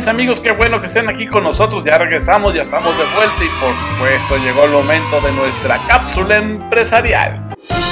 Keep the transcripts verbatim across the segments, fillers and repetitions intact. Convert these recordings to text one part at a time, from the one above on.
mis amigos? Qué bueno que estén aquí con nosotros. Ya regresamos, ya estamos de vuelta y por supuesto llegó el momento de nuestra cápsula empresarial.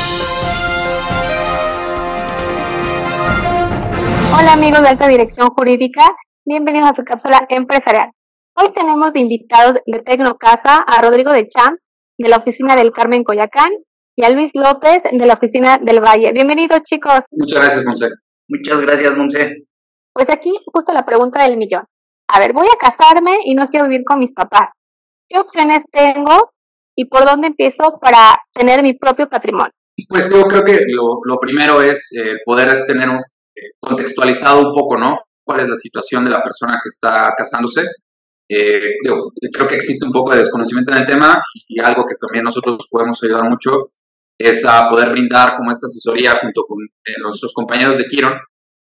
Hola amigos de Alta Dirección Jurídica, bienvenidos a su cápsula empresarial. Hoy tenemos de invitados de Tecnocasa a Rodrigo de Champ de la oficina del Carmen Coyoacán y a Luis López de la oficina del Valle. Bienvenidos, chicos. Muchas gracias, Monse. Muchas gracias, Monse. Pues aquí justo la pregunta del millón. A ver, voy a casarme y no quiero vivir con mis papás. ¿Qué opciones tengo y por dónde empiezo para tener mi propio patrimonio? Pues yo creo que lo, lo primero es eh, poder tener un, eh, contextualizado un poco, ¿no? Cuál es la situación de la persona que está casándose. Eh, yo creo que existe un poco de desconocimiento en el tema y algo que también nosotros podemos ayudar mucho es a poder brindar como esta asesoría junto con eh, nuestros compañeros de Kiron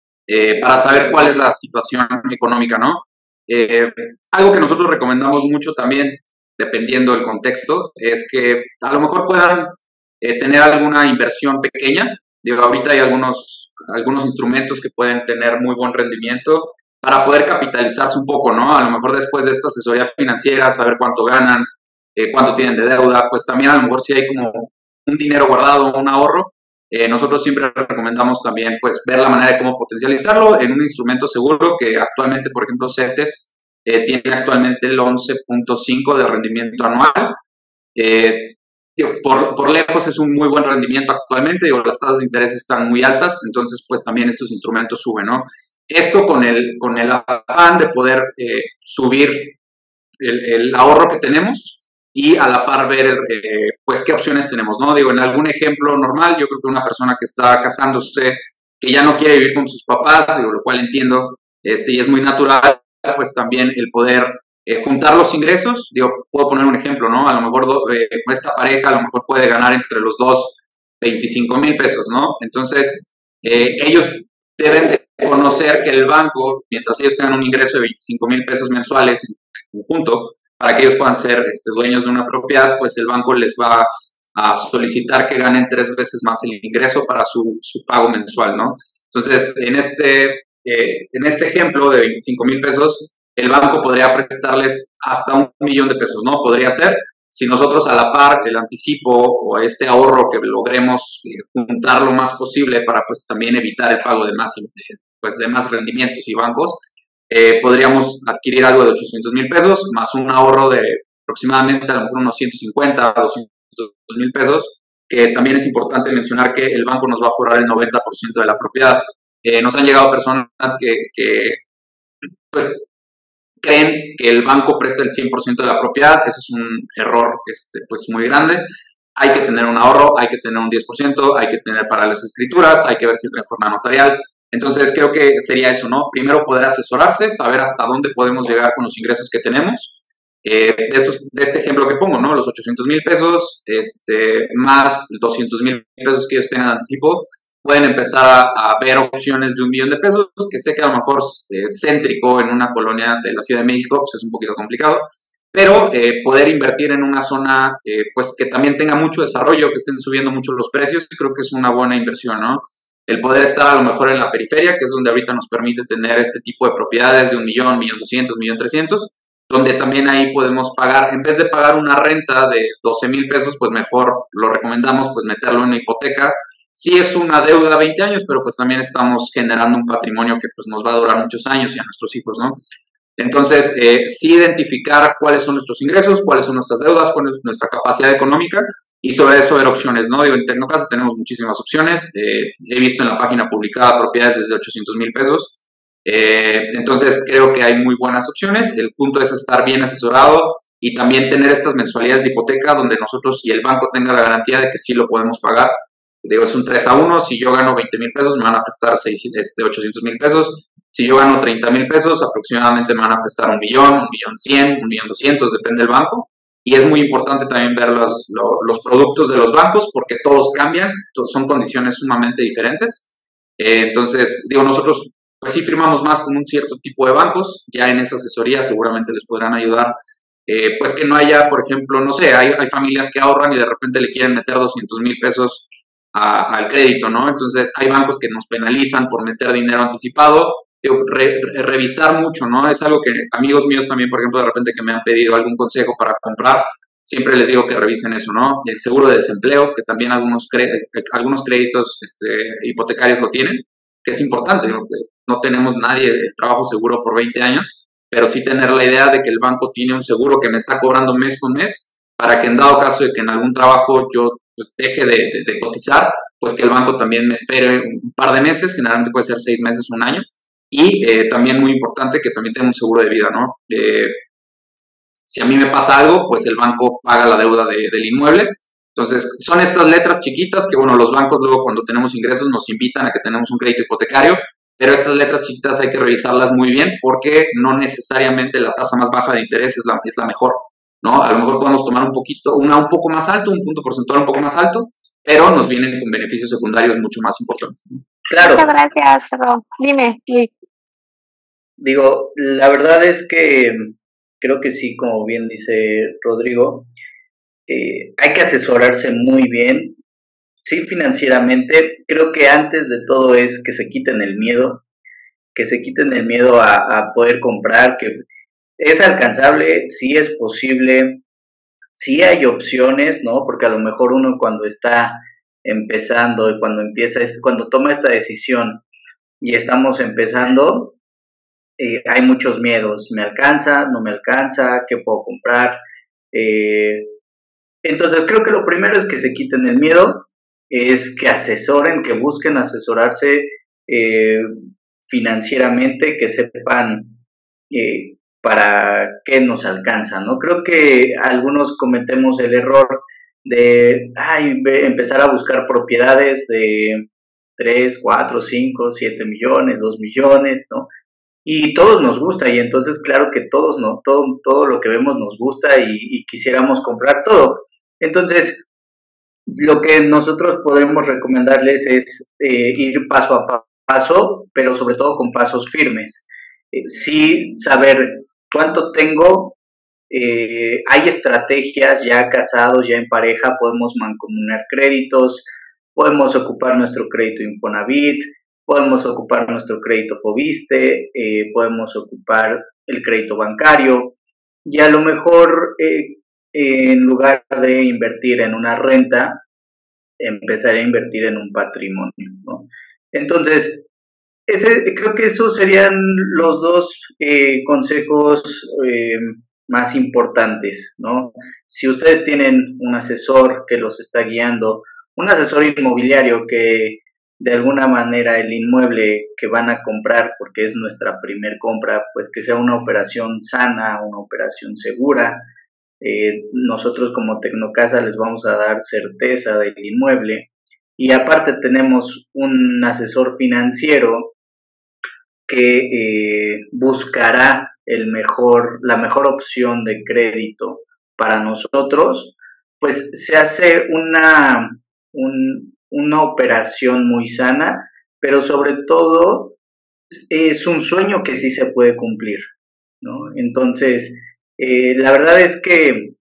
eh, para saber cuál es la situación económica, ¿no? Eh, algo que nosotros recomendamos mucho también, dependiendo del contexto, es que a lo mejor puedan eh, tener alguna inversión pequeña. Digo, ahorita hay algunos, algunos instrumentos que pueden tener muy buen rendimiento para poder capitalizarse un poco, ¿no? A lo mejor después de esta asesoría financiera, saber cuánto ganan, eh, cuánto tienen de deuda, pues también a lo mejor si hay como un dinero guardado, un ahorro, eh, nosotros siempre recomendamos también pues ver la manera de cómo potencializarlo en un instrumento seguro que actualmente, por ejemplo, CETES eh, tiene actualmente el once punto cinco de rendimiento anual. Eh, por, por lejos es un muy buen rendimiento actualmente, digo, las tasas de interés están muy altas, entonces pues también estos instrumentos suben, ¿no? Esto con el, con el afán de poder eh, subir el, el ahorro que tenemos y a la par ver eh, pues qué opciones tenemos, ¿no? Digo, en algún ejemplo normal, yo creo que una persona que está casándose, que ya no quiere vivir con sus papás, digo, lo cual entiendo, este, y es muy natural, pues también el poder eh, juntar los ingresos, digo, puedo poner un ejemplo, ¿no? A lo mejor do, eh, esta pareja a lo mejor puede ganar entre los dos veinticinco mil pesos, ¿no? Entonces, eh, ellos deben de conocer que el banco, mientras ellos tengan un ingreso de veinticinco mil pesos mensuales en conjunto, para que ellos puedan ser este, dueños de una propiedad, pues el banco les va a solicitar que ganen tres veces más el ingreso para su, su pago mensual, ¿no? Entonces, en este, eh, en este ejemplo de veinticinco mil pesos, el banco podría prestarles hasta un millón de pesos, ¿no? Podría ser, si nosotros a la par el anticipo o este ahorro que logremos eh, juntar lo más posible para pues también evitar el pago de más, pues, de más rendimientos y bancos, Eh, podríamos adquirir algo de ochocientos mil pesos, más un ahorro de aproximadamente a lo mejor unos ciento cincuenta, doscientos mil pesos, que también es importante mencionar que el banco nos va a forrar el noventa por ciento de la propiedad. Eh, nos han llegado personas que, que pues, creen que el banco presta el cien por ciento de la propiedad. Eso es un error este, pues, muy grande. Hay que tener un ahorro, hay que tener un diez por ciento, hay que tener para las escrituras, hay que ver si entra en jornada notarial. Entonces, creo que sería eso, ¿no? Primero, poder asesorarse, saber hasta dónde podemos llegar con los ingresos que tenemos. Eh, de, estos, de este ejemplo que pongo, ¿no? Los ochocientos mil pesos, este, más doscientos mil pesos que ellos tengan anticipo, pueden empezar a, a ver opciones de un millón de pesos, que sé que a lo mejor eh, céntrico en una colonia de la Ciudad de México, pues es un poquito complicado, pero eh, poder invertir en una zona, eh, pues que también tenga mucho desarrollo, que estén subiendo mucho los precios, creo que es una buena inversión, ¿no? El poder estar a lo mejor en la periferia, que es donde ahorita nos permite tener este tipo de propiedades de un millón, millón doscientos, millón trescientos, donde también ahí podemos pagar, en vez de pagar una renta de doce mil pesos, pues mejor lo recomendamos, pues meterlo en una hipoteca. Sí es una deuda a veinte años, pero pues también estamos generando un patrimonio que pues nos va a durar muchos años y a nuestros hijos, ¿no? Entonces, eh, sí identificar cuáles son nuestros ingresos, cuáles son nuestras deudas, cuál es nuestra capacidad económica y sobre eso ver opciones, ¿no? Digo, en Tecnocasa tenemos muchísimas opciones. Eh, he visto en la página publicada propiedades desde ochocientos mil pesos. Eh, entonces, creo que hay muy buenas opciones. El punto es estar bien asesorado y también tener estas mensualidades de hipoteca donde nosotros y el banco tenga la garantía de que sí lo podemos pagar. Digo, es un tres a uno. Si yo gano veinte mil pesos, me van a prestar ochocientos mil pesos. Si yo gano treinta mil pesos, aproximadamente me van a prestar un millón, un millón cien, un millón doscientos, depende del banco. Y es muy importante también ver los, los, los productos de los bancos porque todos cambian, todos son condiciones sumamente diferentes. Eh, entonces, digo, nosotros pues sí firmamos más con un cierto tipo de bancos. Ya en esa asesoría seguramente les podrán ayudar. Eh, pues que no haya, por ejemplo, no sé, hay, hay familias que ahorran y de repente le quieren meter doscientos mil pesos a, al crédito, ¿no? Entonces, hay bancos que nos penalizan por meter dinero anticipado. digo, re, re, revisar mucho, ¿no? Es algo que amigos míos también, por ejemplo, de repente que me han pedido algún consejo para comprar, siempre les digo que revisen eso, ¿no? El seguro de desempleo, que también algunos, cre algunos créditos este, hipotecarios lo tienen, que es importante, ¿no? No tenemos nadie el trabajo seguro por veinte años, pero sí tener la idea de que el banco tiene un seguro que me está cobrando mes con mes, para que en dado caso de que en algún trabajo yo pues, deje de, de, de cotizar, pues que el banco también me espere un par de meses, generalmente puede ser seis meses, un año, y eh, también muy importante que también tenga un seguro de vida, ¿no? Eh, si a mí me pasa algo, pues el banco paga la deuda de, del inmueble. Entonces, son estas letras chiquitas que, bueno, los bancos luego cuando tenemos ingresos nos invitan a que tenemos un crédito hipotecario, pero estas letras chiquitas hay que revisarlas muy bien porque no necesariamente la tasa más baja de interés es la, es la mejor, ¿no? A lo mejor podemos tomar un poquito, una un poco más alto, un punto porcentual un poco más alto, pero nos vienen con beneficios secundarios mucho más importantes, ¿no? Claro. Muchas gracias, Ro. Dime, Luis. Digo, la verdad es que creo que sí, como bien dice Rodrigo, eh, hay que asesorarse muy bien, sí, financieramente. Creo que antes de todo es que se quiten el miedo, que se quiten el miedo a, a poder comprar, que es alcanzable, sí es posible, sí hay opciones, ¿no? Porque a lo mejor uno cuando está empezando y cuando empieza, cuando toma esta decisión y estamos empezando, eh, hay muchos miedos. ¿Me alcanza? ¿No me alcanza? ¿Qué puedo comprar? Eh, entonces creo que lo primero es que se quiten el miedo, es que asesoren, que busquen asesorarse eh, financieramente, que sepan eh, para qué nos alcanza, ¿no? Creo que algunos cometemos el error de ay, empezar a buscar propiedades de tres, cuatro, cinco, siete millones, dos millones, ¿no? Y todos nos gusta, y entonces claro que todos, ¿no? Todo, todo lo que vemos nos gusta y, y quisiéramos comprar todo. Entonces, lo que nosotros podemos recomendarles es eh, ir paso a paso, pero sobre todo con pasos firmes. Eh, sí saber cuánto tengo, eh, hay estrategias ya casados, ya en pareja, podemos mancomunar créditos, podemos ocupar nuestro crédito Infonavit, podemos ocupar nuestro crédito Fobiste, eh, podemos ocupar el crédito bancario, y a lo mejor eh, en lugar de invertir en una renta, empezar a invertir en un patrimonio, ¿no? Entonces, ese, creo que esos serían los dos eh, consejos eh, más importantes, ¿no? Si ustedes tienen un asesor que los está guiando, un asesor inmobiliario que de alguna manera el inmueble que van a comprar, porque es nuestra primer compra, pues que sea una operación sana, una operación segura. Eh, nosotros como Tecnocasa les vamos a dar certeza del inmueble, y aparte tenemos un asesor financiero que eh, buscará el mejor, la mejor opción de crédito para nosotros. Pues se hace una, un, una operación muy sana, pero sobre todo es un sueño que sí se puede cumplir, ¿no? Entonces, eh, la verdad es que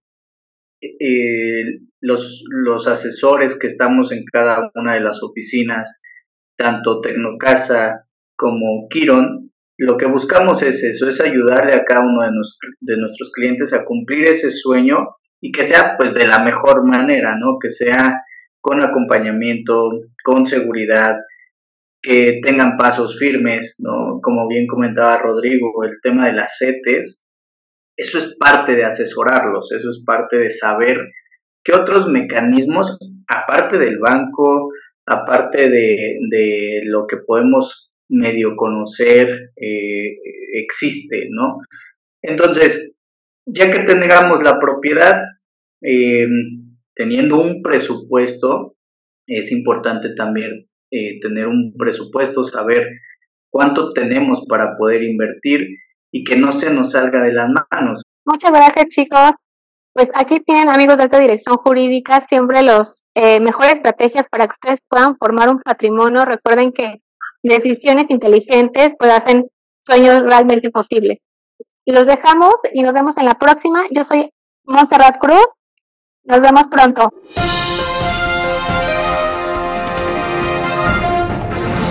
eh, los, los asesores que estamos en cada una de las oficinas, tanto Tecnocasa como Quirón, lo que buscamos es eso, es ayudarle a cada uno de, nos, de nuestros clientes a cumplir ese sueño, y que sea pues de la mejor manera, ¿no? Que sea con acompañamiento, con seguridad, que tengan pasos firmes, ¿no? Como bien comentaba Rodrigo, el tema de las CETES, eso es parte de asesorarlos, eso es parte de saber qué otros mecanismos, aparte del banco, aparte de, de lo que podemos medio conocer, eh, existe, ¿no? Entonces, ya que tengamos la propiedad, eh, teniendo un presupuesto, es importante también eh, tener un presupuesto, saber cuánto tenemos para poder invertir y que no se nos salga de las manos. Muchas gracias, chicos. Pues aquí tienen, amigos de Alta Dirección Jurídica, siempre los eh, mejores estrategias para que ustedes puedan formar un patrimonio. Recuerden que decisiones inteligentes pues hacen sueños realmente posibles. Y los dejamos y nos vemos en la próxima. Yo soy Montserrat Cruz. Nos vemos pronto.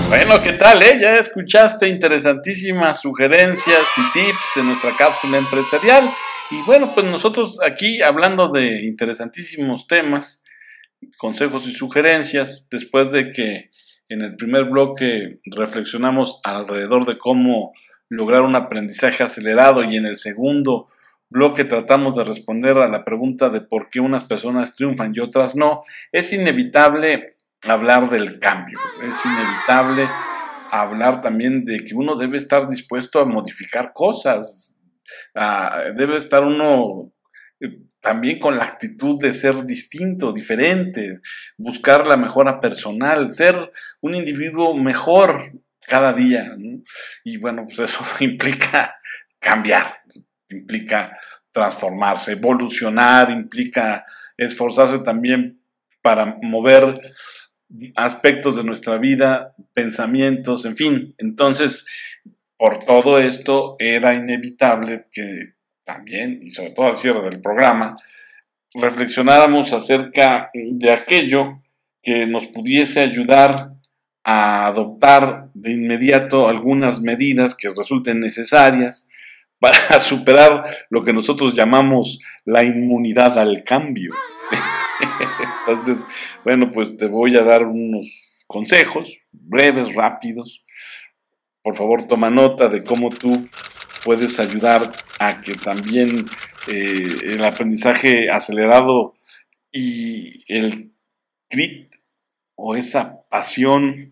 Bueno, ¿qué tal? Eh? Ya escuchaste interesantísimas sugerencias y tips en nuestra cápsula empresarial. Y bueno, pues nosotros aquí hablando de interesantísimos temas, consejos y sugerencias, después de que en el primer bloque reflexionamos alrededor de cómo lograr un aprendizaje acelerado y en el segundo bloque tratamos de responder a la pregunta de por qué unas personas triunfan y otras no, es inevitable hablar del cambio, es inevitable hablar también de que uno debe estar dispuesto a modificar cosas, a, debe estar uno también con la actitud de ser distinto, diferente, buscar la mejora personal, ser un individuo mejor cada día, ¿no? Y bueno, pues eso implica cambiar, implica transformarse, evolucionar, implica esforzarse también para mover aspectos de nuestra vida, pensamientos, en fin. Entonces, por todo esto era inevitable que también, y sobre todo al cierre del programa, reflexionáramos acerca de aquello que nos pudiese ayudar a adoptar de inmediato algunas medidas que resulten necesarias para superar lo que nosotros llamamos la inmunidad al cambio. Entonces, bueno, pues te voy a dar unos consejos breves, rápidos. Por favor, toma nota de cómo tú puedes ayudar a que también eh, el aprendizaje acelerado y el grit o esa pasión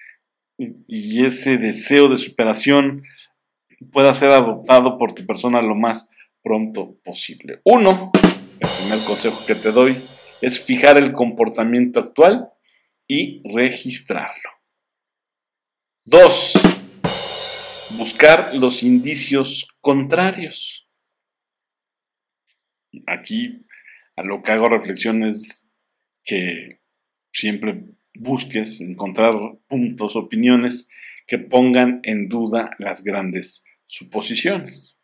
y ese deseo de superación pueda ser adoptado por tu persona lo más pronto posible. Uno, el primer consejo que te doy es fijar el comportamiento actual y registrarlo. Dos, buscar los indicios contrarios. Aquí a lo que hago reflexión es que siempre busques encontrar puntos, opiniones que pongan en duda las grandes suposiciones.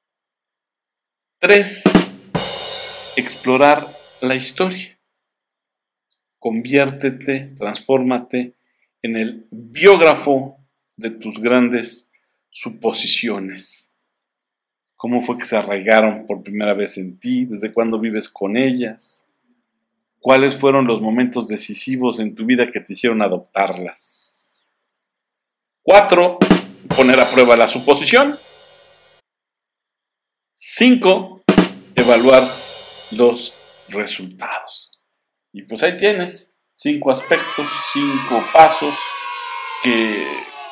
Tres, explorar la historia. Conviértete, transfórmate en el biógrafo de tus grandes suposiciones. ¿Cómo fue que se arraigaron por primera vez en ti? ¿Desde cuándo vives con ellas? ¿Cuáles fueron los momentos decisivos en tu vida que te hicieron adoptarlas? Cuatro, poner a prueba la suposición. Cinco, evaluar los resultados. Y pues ahí tienes cinco aspectos, cinco pasos que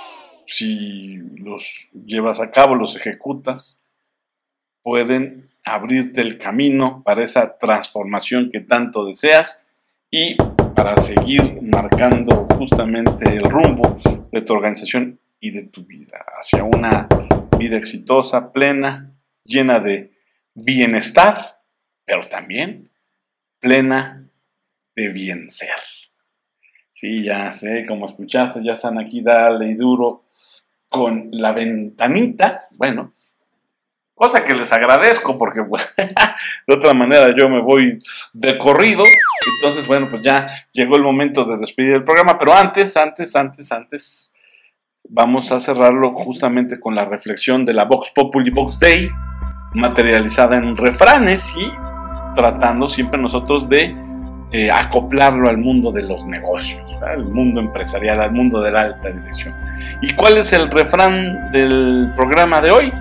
si los llevas a cabo, los ejecutas, pueden abrirte el camino para esa transformación que tanto deseas y para seguir marcando justamente el rumbo de tu organización y de tu vida hacia una vida exitosa, plena, llena de bienestar, pero también plena de bien ser. Sí, ya sé, como escuchaste, ya están aquí, dale y duro con la ventanita. Bueno, cosa que les agradezco porque pues, de otra manera yo me voy de corrido. Entonces, bueno, pues ya llegó el momento de despedir el programa. Pero antes, antes, antes, antes, vamos a cerrarlo justamente con la reflexión de la Vox Populi Vox Dei, materializada en refranes y tratando siempre nosotros de eh, acoplarlo al mundo de los negocios, ¿verdad? Al mundo empresarial, al mundo de la alta dirección. ¿Y cuál es el refrán del programa de hoy?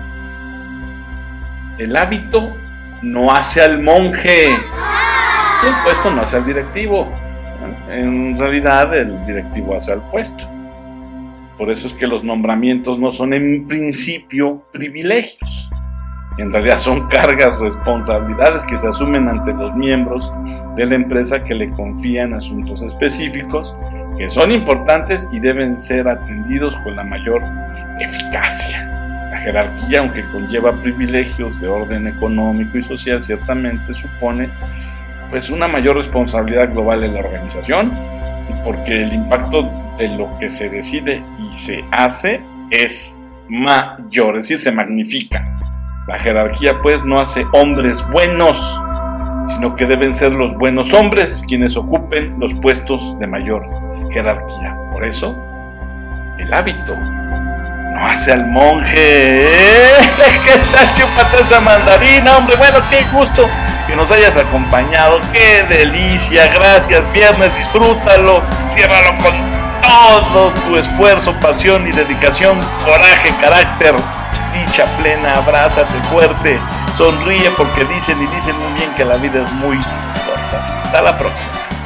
El hábito no hace al monje, el puesto no hace al directivo. En realidad el directivo hace al puesto. Por eso es que los nombramientos no son en principio privilegios. En realidad son cargas, responsabilidades que se asumen ante los miembros de la empresa que le confían asuntos específicos que son importantes y deben ser atendidos con la mayor eficacia. La jerarquía, aunque conlleva privilegios de orden económico y social, ciertamente supone pues una mayor responsabilidad global en la organización, porque el impacto de lo que se decide y se hace es mayor, es decir, se magnifica. La jerarquía pues no hace hombres buenos, sino que deben ser los buenos hombres quienes ocupen los puestos de mayor jerarquía. Por eso, el hábito no hace al monje. ¿Eh? ¿Qué tal? Chúpate esa mandarina, hombre. Bueno, qué gusto que nos hayas acompañado. Qué delicia. Gracias. Viernes, disfrútalo. Ciérralo con todo tu esfuerzo, pasión y dedicación. Coraje, carácter, dicha plena. Abrázate fuerte. Sonríe porque dicen y dicen muy bien que la vida es muy corta. Hasta la próxima.